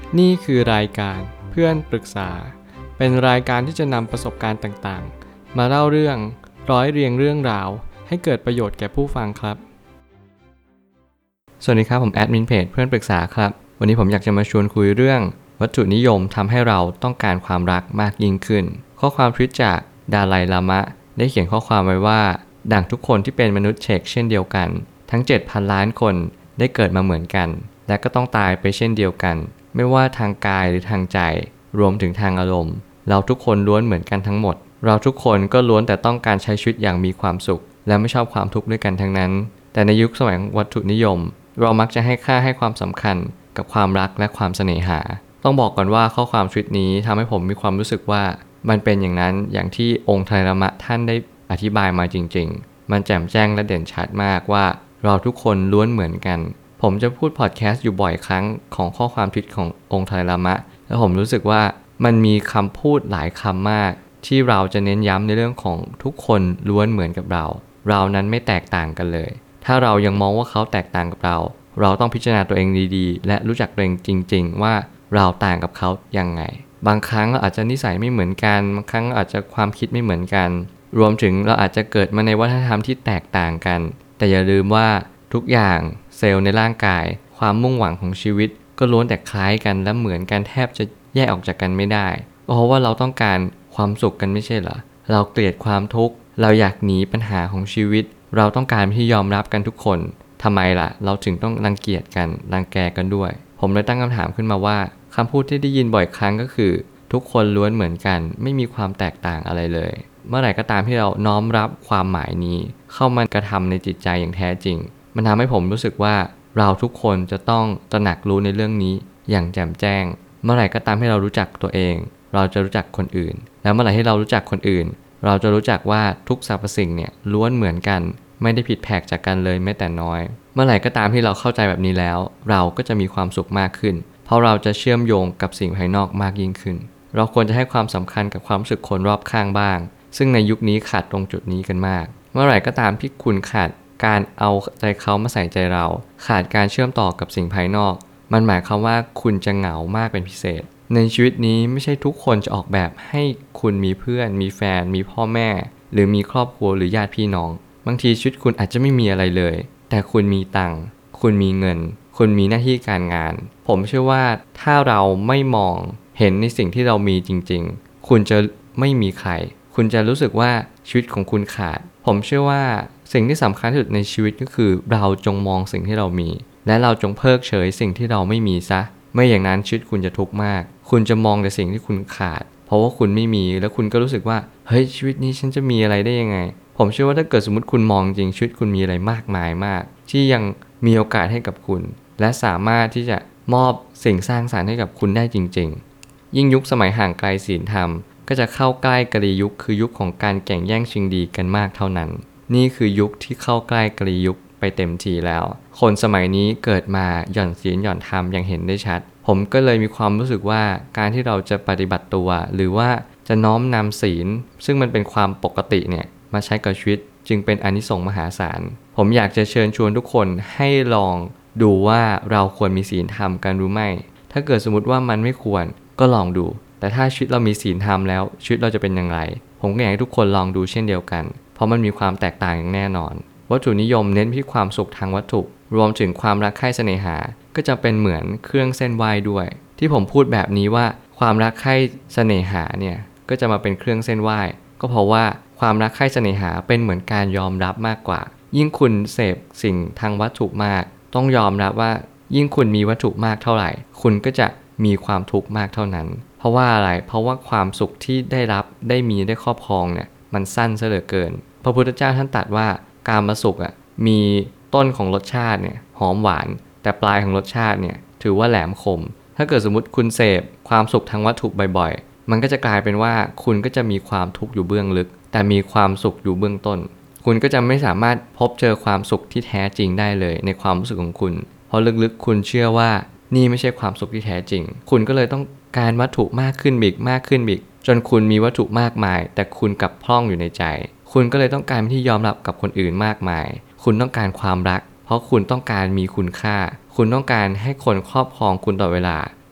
นี่คือรายการเพื่อนปรึกษาเป็นรายการที่จะนำประสบการณ์ต่างๆมาเล่าเรื่องร้อยเรียงเรื่องราวให้เกิดประโยชน์แก่ผู้ฟังครับสวัสดีครับผมแอดมินเพจเพื่อนปรึกษาครับวันนี้ผมอยากจะมาชวนคุยเรื่องวัตถุนิยมทำให้เราต้องการความรักมากยิ่งขึ้นข้อความทวิตจากดาไลลามะได้เขียนข้อความไว้ว่าดั่งทุกคนที่เป็นมนุษย์เชกเช่นเดียวกันทั้ง 7,000 ล้านคนได้เกิดมาเหมือนกันและก็ต้องตายไปเช่นเดียวกันไม่ว่าทางกายหรือทางใจรวมถึงทางอารมณ์เราทุกคนล้วนเหมือนกันทั้งหมดเราทุกคนก็ล้วนแต่ต้องการใช้ชีวิตอย่างมีความสุขและไม่ชอบความทุกข์ด้วยกันทั้งนั้นแต่ในยุคสมัยวัตถุนิยมเรามักจะให้ความสำคัญกับความรักและความเสน่หาต้องบอกก่อนว่าข้อความทวิตนี้ทำให้ผมมีความรู้สึกว่ามันเป็นอย่างนั้นอย่างที่องค์ไตรลามะท่านได้อธิบายมาจริงๆมันแจ่มแจ้งและเด่นชัดมากว่าเราทุกคนล้วนเหมือนกันผมจะพูดพอดแคสต์อยู่บ่อยครั้งของข้อความทวิตขององค์ไตรลามะแล้วผมรู้สึกว่ามันมีคำพูดหลายคำมากที่เราจะเน้นย้ำในเรื่องของทุกคนล้วนเหมือนกับเรานั้นไม่แตกต่างกันเลยถ้าเรายังมองว่าเขาแตกต่างกับเราต้องพิจารณาตัวเองดีๆและรู้จักตัวเองจริงๆว่าเราต่างกับเขายังไงบางครั้งเราอาจจะนิสัยไม่เหมือนกันบางครั้งอาจจะความคิดไม่เหมือนกันรวมถึงเราอาจจะเกิดมาในวัฒนธรรมที่แตกต่างกันแต่อย่าลืมว่าทุกอย่างเซลล์ในร่างกายความมุ่งหวังของชีวิตก็ล้วนแต่คล้ายกันและเหมือนกันแทบจะแยกออกจากกันไม่ได้เพราะว่าเราต้องการความสุขกันไม่ใช่เหรอเราเกลียดความทุกข์เราอยากหนีปัญหาของชีวิตเราต้องการที่ยอมรับกันทุกคนทำไมล่ะเราถึงต้องรังเกียจกันรังแกกันด้วยผมเลยตั้งคำถามขึ้นมาว่าคำพูดที่ได้ยินบ่อยครั้งก็คือทุกคนล้วนเหมือนกันไม่มีความแตกต่างอะไรเลยเมื่อไหร่ก็ตามที่เราน้อมรับความหมายนี้เข้ามากระทำในจิตใจอย่างแท้จริงมันทำให้ผมรู้สึกว่าเราทุกคนจะต้องตระหนักรู้ในเรื่องนี้อย่างแจ่มแจ้งเมื่อไหร่ก็ตามที่เรารู้จักตัวเองเราจะรู้จักคนอื่นแล้วเมื่อไหร่ที่เรารู้จักคนอื่นเราจะรู้จักว่าทุกสรรพสิ่งเนี่ยล้วนเหมือนกันไม่ได้ผิดแผกจากกันเลยแม้แต่น้อยเมื่อไหร่ก็ตามที่เราเข้าใจแบบนี้แล้วเราก็จะมีความสุขมากขึ้นเพราะเราจะเชื่อมโยงกับสิ่งภายนอกมากยิ่งขึ้นเราควรจะให้ความสำคัญกับความรู้สึกคนรอบข้างบ้างซึ่งในยุคนี้ขาดตรงจุดนี้กันมากเมื่อไหร่ก็ตามที่คุณขาดการเอาใจเขามาใส่ใจเราขาดการเชื่อมต่อกับสิ่งภายนอกมันหมายความว่าคุณจะเหงามากเป็นพิเศษในชีวิตนี้ไม่ใช่ทุกคนจะออกแบบให้คุณมีเพื่อนมีแฟนมีพ่อแม่หรือมีครอบครัวหรือญาติพี่น้องบางทีชีวิตคุณอาจจะไม่มีอะไรเลยแต่คุณมีตังค์คุณมีเงินคุณมีหน้าที่การงานผมเชื่อว่าถ้าเราไม่มองเห็นในสิ่งที่เรามีจริงๆคุณจะไม่มีใครคุณจะรู้สึกว่าชีวิตของคุณขาดผมเชื่อว่าสิ่งที่สำคัญที่สุดในชีวิตก็คือเราจงมองสิ่งที่เรามีและเราจงเพิกเฉยสิ่งที่เราไม่มีซะไม่อย่างนั้นชีวิตคุณจะทุกข์มากคุณจะมองแต่สิ่งที่คุณขาดเพราะว่าคุณไม่มีแล้วคุณก็รู้สึกว่าเฮ้ยชีวิตนี้ฉันจะมีอะไรได้ยังไงผมเชื่อว่าถ้าเกิดสมมติคุณมองจริงชีวิตคุณมีอะไรมากมายมากที่ยังมีโอกาสให้กับคุณและสามารถที่จะมอบสิ่งสร้างสรรค์ให้กับคุณได้จริงๆยิ่งยุคสมัยห่างไกลศีลธรรมก็จะเข้าใกล้กลียุคคือยุคของการแข่งแย่งชิงดีกันมากเท่านั้นนี่คือยุคที่เข้าใกล้กลียุคไปเต็มทีแล้วคนสมัยนี้เกิดมาหย่อนศีลหย่อนธรรมอย่างเห็นได้ชัดผมก็เลยมีความรู้สึกว่าการที่เราจะปฏิบัติตัวหรือว่าจะน้อมนำศีลซึ่งมันเป็นความปกติเนี่ยมาใช้กับชีวิตจึงเป็นอานิสงส์มหาศาลผมอยากจะเชิญชวนทุกคนให้ลองดูว่าเราควรมีศีลธรรมกันหรือไม่ถ้าเกิดสมมติว่ามันไม่ควรก็ลองดูแต่ถ้าชีวิตเรามีศีลธรรมแล้วชีวิตเราจะเป็นอย่างไรผมก็อยากให้ทุกคนลองดูเช่นเดียวกันเพราะมันมีความแตกต่างอย่างแน่นอนวัตถุนิยมเน้นที่ความสุขทางวัตถุรวมถึงความรักใคร่เสน่หาก็จะเป็นเหมือนเครื่องเส้นไหว้ด้วยที่ผมพูดแบบนี้ว่าความรักใคร่เสน่หาเนี่ยก็จะมาเป็นเครื่องเส้นไหว้ก็เพราะว่าความรักใคร่เสน่หาเป็นเหมือนการยอมรับมากกว่ายิ่งคุณเสพสิ่งทางวัตถุมากต้องยอมรับว่ายิ่งคุณมีวัตถุมากเท่าไหร่คุณก็จะมีความทุกข์มากเท่านั้นเพราะว่าอะไรเพราะว่าความสุขที่ได้รับได้มีได้ครอบครองเนี่ยมันสั้นซะเหลือเกินพระพุทธเจ้าท่านตรัสว่ากามสุขมีต้นของรสชาติเนี่ยหอมหวานแต่ปลายของรสชาติเนี่ยถือว่าแหลมคมถ้าเกิดสมมติคุณเสพความสุขทางวัตถุบ่อยๆมันก็จะกลายเป็นว่าคุณก็จะมีความทุกข์อยู่เบื้องลึกแต่มีความสุขอยู่เบื้องต้นคุณก็จะไม่สามารถพบเจอความสุขที่แท้จริงได้เลยในความรู้สึกของคุณเพราะลึกๆคุณเชื่อว่านี่ไม่ใช่ความสุขที่แท้จริงคุณก็เลยต้องการวัตถุมากขึ้นอีกจนคุณมีวัตถุมากมายแต่คุณกลับพร่องอยู่ในใจคุณก็เลยต้องการที่ยอมรับกับคนอื่นมากมายคุณต้องการความรักเพราะคุณต้องการมีคุณค่าคุณต้องการให้คนครอบครองคุณตลอดเวลา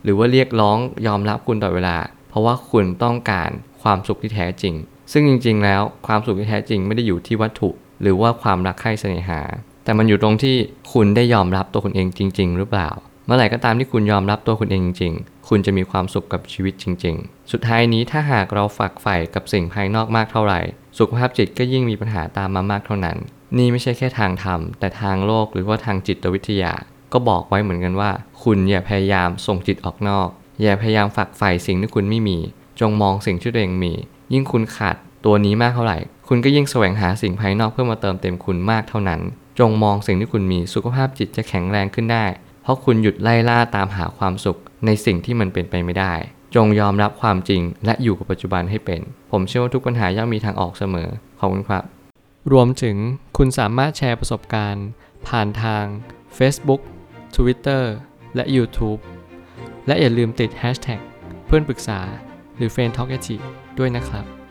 หรือว่าเรียกร้องยอมรับคุณตลอดเวลาเพราะว่าคุณต้องการความสุขที่แท้จริงซึ่งจริงๆแล้วความสุขที่แท้จริงไม่ได้อยู่ที่วัตถุหรือว่าความรักใคร่เสน่หาแต่มันอยู่ตรงที่คุณได้ยอมรับตัวคุณเองจริงๆหรือเปล่าเมื่อไหร่ก็ตามที่คุณยอมรับตัวคุณเองจริงๆคุณจะมีความสุขกับชีวิตจริงๆสุดท้ายนี้ถ้าหากเราฝักใฝ่กับสิ่งภายนอกมากเท่าไหร่สุขภาพจิตก็ยิ่งมีปัญหาตามมามากเท่านั้นนี่ไม่ใช่แค่ทางธรรมแต่ทางโลกหรือว่าทางจิตวิทยาก็บอกไว้เหมือนกันว่าคุณอย่าพยายามส่งจิตออกนอกอย่าพยายามฝักใฝ่สิ่งที่คุณไม่มีจงมองสิ่งที่ตัวเองมียิ่งคุณขาดตัวนี้มากเท่าไหร่คุณก็ยิ่งแสวงหาสิ่งภายนอกเพื่อมาเติมเต็มคุณมากเท่านั้นจงมองสิ่งที่คุณมีสุขภาพจิตจะแข็งแรงขึ้นได้เพราะคุณหยุดไล่ล่าตามหาความสุขในสิ่งที่มันเป็นไปไม่ได้จงยอมรับความจริงและอยู่กับปัจจุบันให้เป็นผมเชื่อว่าทุกปัญหาย่อมมีทางออกเสมอขอบคุณครับรวมถึงคุณสามารถแชร์ประสบการณ์ผ่านทาง Facebook Twitter และ YouTube และอย่าลืมติด Hashtag เพื่อนปรึกษาหรือ Friend Talk ด้วยนะครับ